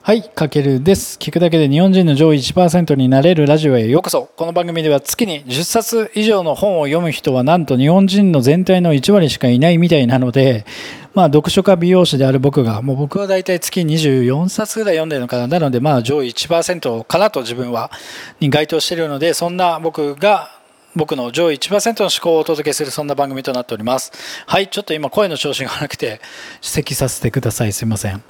はい、かけるです。聞くだけで日本人の上位 1% になれるラジオへようこそ。この番組では月に10冊以上の本を読む人はなんと日本人の全体の1割しかいないみたいなので、読書家美容師である僕が、僕はだいたい月24冊ぐらい読んでるのかな。なので上位 1% かなと自分はに該当しているので、そんな僕の上位 1% の思考をお届けするそんな番組となっております。はい、ちょっと今声の調子が悪くて咳させてください。すいません。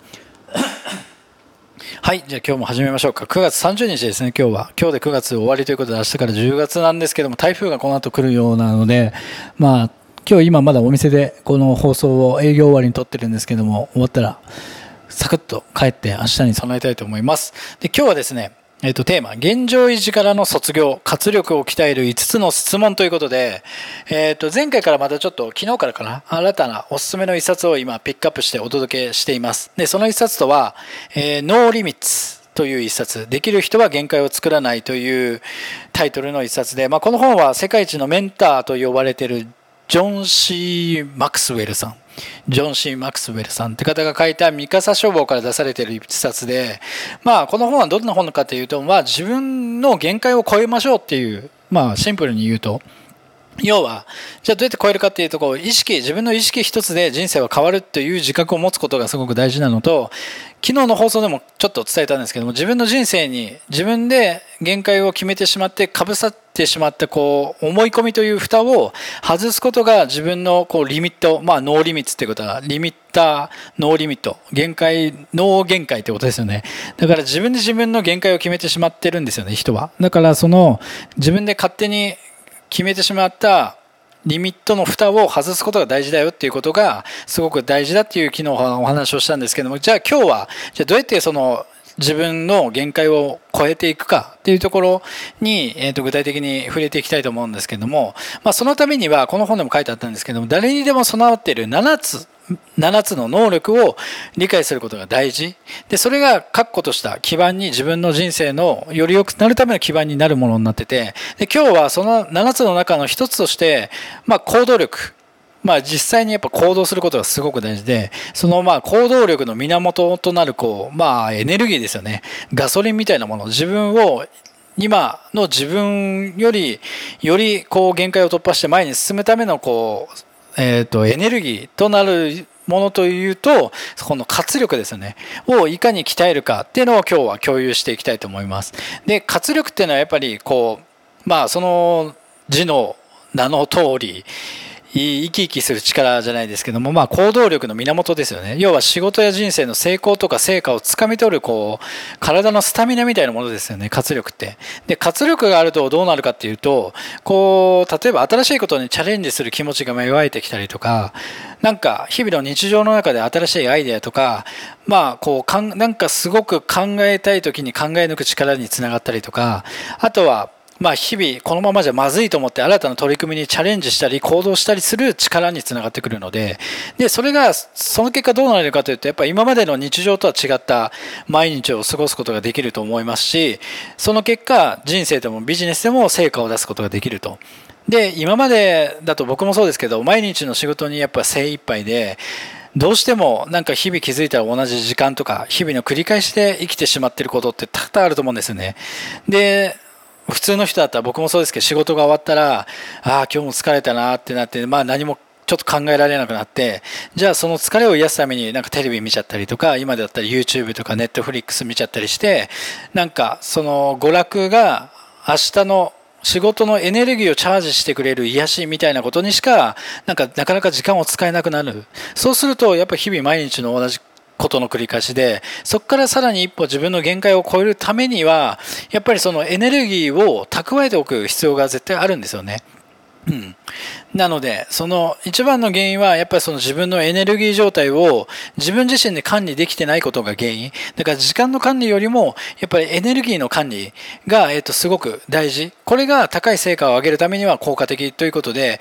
はい、じゃあ今日も始めましょうか。9月30日ですね、今日で9月終わりということで、明日から10月なんですけども、台風がこの後来るようなので、今日まだお店でこの放送を営業終わりに撮ってるんですけども、終わったらサクッと帰って明日に備えたいと思います。で、今日はですね、テーマ、現状維持からの卒業、活力を鍛える5つの質問ということで、前回からまたちょっと昨日からかな、新たなおすすめの一冊を今ピックアップしてお届けしています。で、その一冊とは、ノーリミッツという一冊、できる人は限界を作らないというタイトルの一冊で、この本は世界一のメンターと呼ばれているジョン・シー・マクスウェルさんって方が書いた三笠書房から出されている一冊で、この本はどんな本かというと、自分の限界を超えましょうっていう、シンプルに言うと、要はじゃあどうやって超えるかっていうと、自分の意識一つで人生は変わるという自覚を持つことがすごく大事なのと、昨日の放送でもちょっと伝えたんですけども、自分の人生に自分で限界を決めてしまってかぶさってしまった思い込みという蓋を外すことが自分のリミット、ノーリミッツっていうことはリミッターノーリミット、限界ノー限界ってことですよね。だから自分で自分の限界を決めてしまってるんですよね、人は。だからその自分で勝手に決めてしまったリミットの蓋を外すことが大事だよっていうことがすごく大事だっていう昨日お話をしたんですけども、じゃあ今日はどうやってその自分の限界を超えていくかっていうところに、具体的に触れていきたいと思うんですけども、そのためにはこの本でも書いてあったんですけども、誰にでも備わっている7つの能力を理解することが大事で、それが確固とした基盤に、自分の人生のより良くなるための基盤になるものになってて、で今日はその7つの中の一つとして、行動力、実際にやっぱ行動することがすごく大事で、その行動力の源となるエネルギーですよね。ガソリンみたいなもの、今の自分より限界を突破して前に進むためのエネルギーとなるものというと、この活力ですよねをいかに鍛えるかっていうのを今日は共有していきたいと思います。で、活力っていうのはやっぱりその字の名の通り生き生きする力じゃないですけども、行動力の源ですよね。要は仕事や人生の成功とか成果をつかみ取る体のスタミナみたいなものですよね、活力って。で、活力があるとどうなるかっていうと、例えば新しいことにチャレンジする気持ちが芽生えてきたりとか、日々の日常の中で新しいアイデアとか、すごく考えたい時に考え抜く力につながったりとか、あとは日々このままじゃまずいと思って新たな取り組みにチャレンジしたり行動したりする力につながってくるので、その結果どうなるかというと、やっぱり今までの日常とは違った毎日を過ごすことができると思いますし、その結果人生でもビジネスでも成果を出すことができると。で、今までだと僕もそうですけど、毎日の仕事にやっぱ精一杯で、どうしても日々気づいたら同じ時間とか日々の繰り返しで生きてしまっていることって多々あると思うんですよね。で、普通の人だったら、僕もそうですけど、仕事が終わったら今日も疲れたなってなって、何もちょっと考えられなくなって、じゃあその疲れを癒すためにテレビ見ちゃったりとか、今だったら YouTube とか Netflix 見ちゃったりして、その娯楽が明日の仕事のエネルギーをチャージしてくれる癒しみたいなことにしかなかなか時間を使えなくなる。そうするとやっぱ日々毎日の同じことの繰り返しで、そこからさらに一歩自分の限界を超えるためには、やっぱりそのエネルギーを蓄えておく必要が絶対あるんですよね。なので、その一番の原因はやっぱりその自分のエネルギー状態を自分自身で管理できてないことが原因だから、時間の管理よりもやっぱりエネルギーの管理がすごく大事。これが高い成果を上げるためには効果的ということで、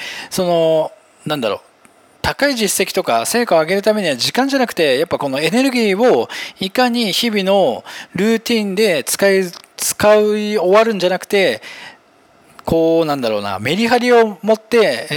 高い実績とか成果を上げるためには時間じゃなくて、やっぱこのエネルギーをいかに日々のルーティンで使い終わるんじゃなくて、 こうなんだろうな、メリハリを持って、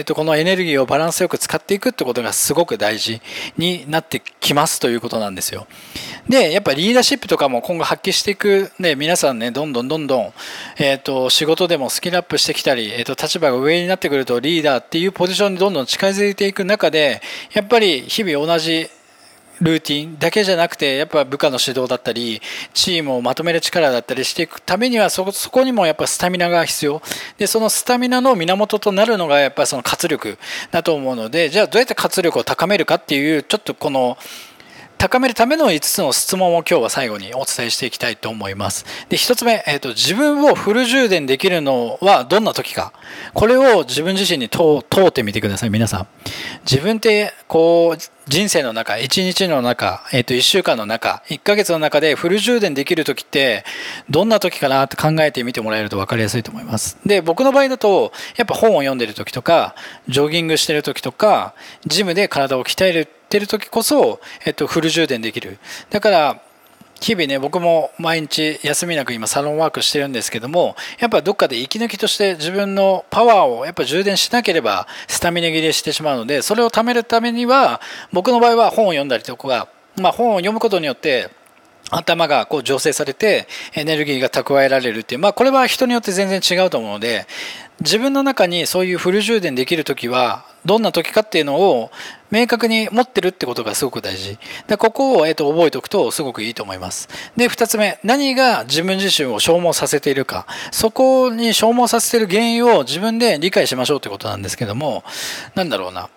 このエネルギーをバランスよく使っていくってことがすごく大事になってきますということなんですよ。で、やっぱリーダーシップとかも今後発揮していく、ね、皆さんね、どんどん、仕事でもスキルアップしてきたり、立場が上になってくるとリーダーっていうポジションにどんどん近づいていく中で、やっぱり日々同じルーティンだけじゃなくて、やっぱ部下の指導だったりチームをまとめる力だったりしていくためには、そこにもやっぱスタミナが必要で、そのスタミナの源となるのがやっぱりその活力だと思うので、じゃあどうやって活力を高めるかっていう、ちょっとこの高めるための5つの質問を今日は最後にお伝えしていきたいと思います。で、1つ目、自分をフル充電できるのはどんな時か。これを自分自身に問うてみてください、皆さん。自分ってこう人生の中、1日の中、1週間の中、1ヶ月の中でフル充電できる時ってどんな時かなって考えてみてもらえると分かりやすいと思います。で、僕の場合だとやっぱ本を読んでる時とか、ジョギングしてる時とか、ジムで体を鍛えてる時こそ、フル充電できる。だから日々ね、僕も毎日休みなく今サロンワークしてるんですけども、やっぱどっかで息抜きとして自分のパワーをやっぱ充電しなければスタミナ切れしてしまうので、それを貯めるためには、僕の場合は本を読んだりとか、本を読むことによって頭がこう醸成されてエネルギーが蓄えられるっていう、これは人によって全然違うと思うので、自分の中にそういうフル充電できる時はどんな時かっていうのを明確に持ってるってことがすごく大事で、ここを覚えておくとすごくいいと思います。で、2つ目、何が自分自身を消耗させているか、そこに消耗させている原因を自分で理解しましょうってことなんですけども、なんだろうな、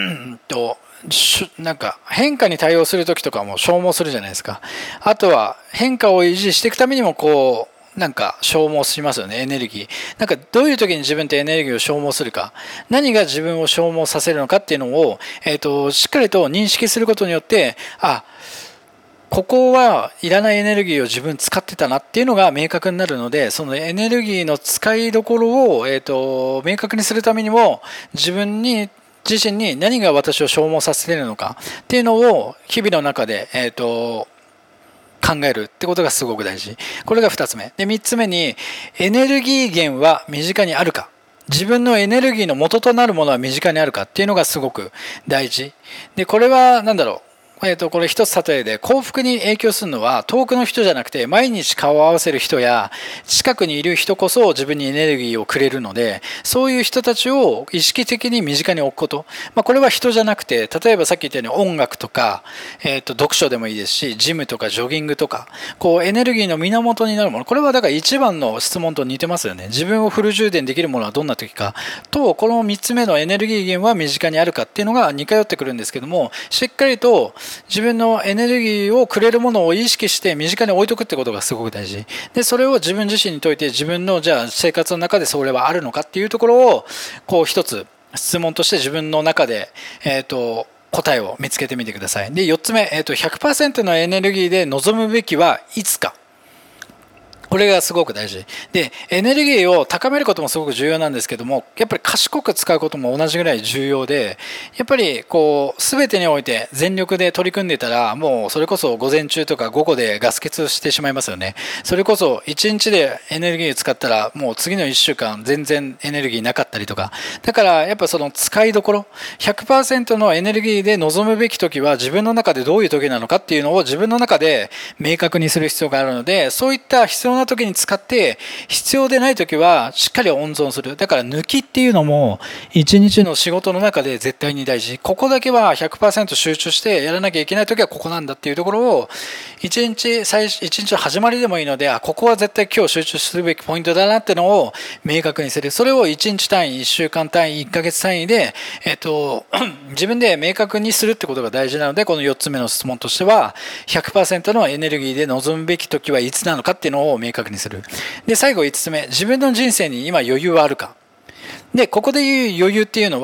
なんか変化に対応するときとかも消耗するじゃないですか。あとは変化を維持していくためにもこうなんか消耗しますよね、エネルギー。なんかどういう時に自分ってエネルギーを消耗するか、何が自分を消耗させるのかっていうのを、しっかりと認識することによって、ここはいらないエネルギーを自分使ってたなっていうのが明確になるので、そのエネルギーの使いどころを、明確にするためにも、自分自身に何が私を消耗させているのかっていうのを日々の中で、考えるってことがすごく大事。これが2つ目。で、3つ目に、エネルギー源は身近にあるか。自分のエネルギーの元となるものは身近にあるかっていうのがすごく大事。で、これは何だろう。これ一つ例えで、幸福に影響するのは遠くの人じゃなくて毎日顔を合わせる人や近くにいる人こそ自分にエネルギーをくれるので、そういう人たちを意識的に身近に置くこと、これは人じゃなくて、例えばさっき言ったように音楽とか、読書でもいいですし、ジムとかジョギングとか、こうエネルギーの源になるもの、これはだから一番の質問と似てますよね。自分をフル充電できるものはどんな時かと、この3つ目のエネルギー源は身近にあるかっていうのが似通ってくるんですけども、しっかりと自分のエネルギーをくれるものを意識して身近に置いとくってことがすごく大事で、それを自分自身に解いて、自分のじゃあ生活の中でそれはあるのかっていうところをこう一つ質問として自分の中で答えを見つけてみてください。で、4つ目、100% のエネルギーで臨むべきはいつか。これがすごく大事で、エネルギーを高めることもすごく重要なんですけども、やっぱり賢く使うことも同じぐらい重要で、やっぱりこう全てにおいて全力で取り組んでいたら、もうそれこそ午前中とか午後でガス欠してしまいますよね。それこそ1日でエネルギーを使ったらもう次の1週間全然エネルギーなかったりとか、だからやっぱその使いどころ 100% のエネルギーで臨むべき時は自分の中でどういう時なのかっていうのを自分の中で明確にする必要があるので、そういった必要な時に使って、必要でない時はしっかり温存する。だから抜きっていうのも一日の仕事の中で絶対に大事。ここだけは 100% 集中してやらなきゃいけない時はここなんだっていうところを一日の始まりでもいいので、ここは絶対今日集中するべきポイントだなっていうのを明確にする。それを1日単位、1週間単位、1ヶ月単位で、自分で明確にするってことが大事なので、この4つ目の質問としては 100% のエネルギーで臨むべき時はいつなのかっていうのを明確にする。で、最後5つ目、自分の人生に今余裕はあるか。で、ここで言う余裕っていうのは、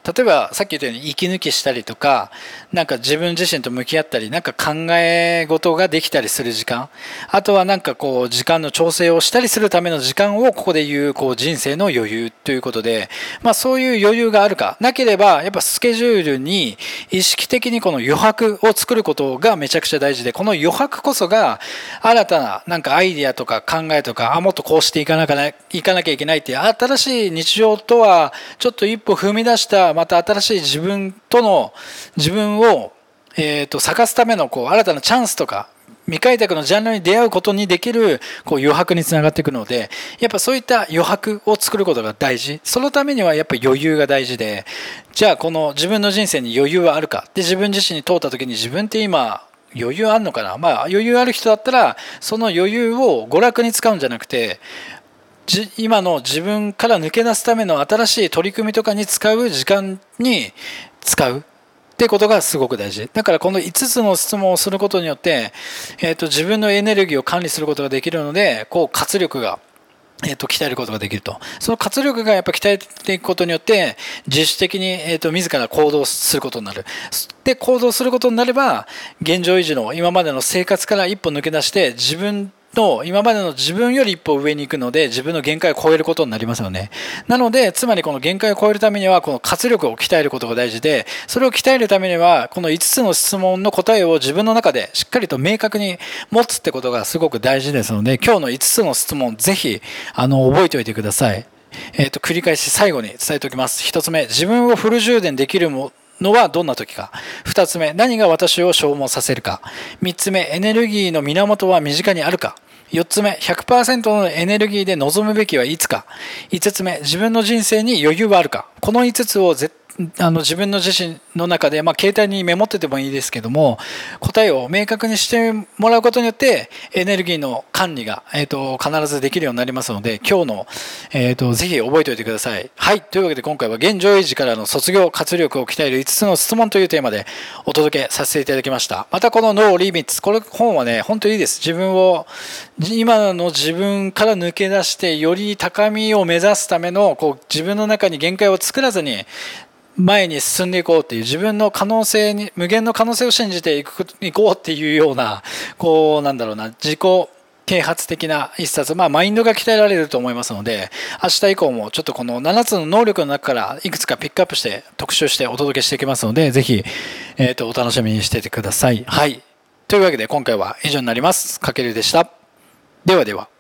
例えばさっき言ったように息抜きしたりとか、なんか自分自身と向き合ったり、なんか考え事ができたりする時間、あとはなんかこう時間の調整をしたりするための時間をここで言うこう人生の余裕ということで、そういう余裕があるかなければ、やっぱスケジュールに意識的にこの余白を作ることがめちゃくちゃ大事で、この余白こそが新たななんかアイディアとか考えとか、もっとこうしていかなきゃいけないっていう新しい日常とはちょっと一歩踏み出したまた新しい自分を探すためのこう新たなチャンスとか未開拓のジャンルに出会うことにできるこう余白につながっていくので、やっぱそういった余白を作ることが大事。そのためにはやっぱ余裕が大事で、じゃあこの自分の人生に余裕はあるかで、自分自身に問うた時に自分って今余裕あるのかな。余裕ある人だったらその余裕を娯楽に使うんじゃなくて、今の自分から抜け出すための新しい取り組みとかに使う時間に使うってことがすごく大事。だからこの5つの質問をすることによって、自分のエネルギーを管理することができるので、こう活力が鍛えることができると。その活力がやっぱ鍛えていくことによって自主的に自ら行動することになる。で、行動することになれば現状維持の今までの生活から一歩抜け出して自分の今までの自分より一歩上に行くので、自分の限界を超えることになりますよね。なのでつまりこの限界を超えるためにはこの活力を鍛えることが大事で、それを鍛えるためにはこの5つの質問の答えを自分の中でしっかりと明確に持つってことがすごく大事ですので、今日の5つの質問ぜひ覚えておいてください。繰り返し最後に伝えておきます。1つ目、自分をフル充電できるのはどんな時か。2つ目、何が私を消耗させるか。3つ目、エネルギーの源は身近にあるか。4つ目、100% のエネルギーで臨むべきはいつか。5つ目、自分の人生に余裕はあるか。この5つを自分の自身の中で、携帯にメモっててもいいですけども、答えを明確にしてもらうことによってエネルギーの管理が、必ずできるようになりますので、今日の、ぜひ覚えておいてください。はい、というわけで今回は現状維持からの卒業活力を鍛える5つの質問というテーマでお届けさせていただきました。またこの No Limits、この本はね本当にいいです。今の自分から抜け出してより高みを目指すための自分の中に限界を作らずに前に進んでいこうっていう、自分の可能性に無限の可能性を信じていこうっていうような自己啓発的な一冊、マインドが鍛えられると思いますので、明日以降もちょっとこの7つの能力の中からいくつかピックアップして特集してお届けしていきますので、ぜひ、お楽しみにしていてください。はい、というわけで今回は以上になります。かけるでした。ではでは。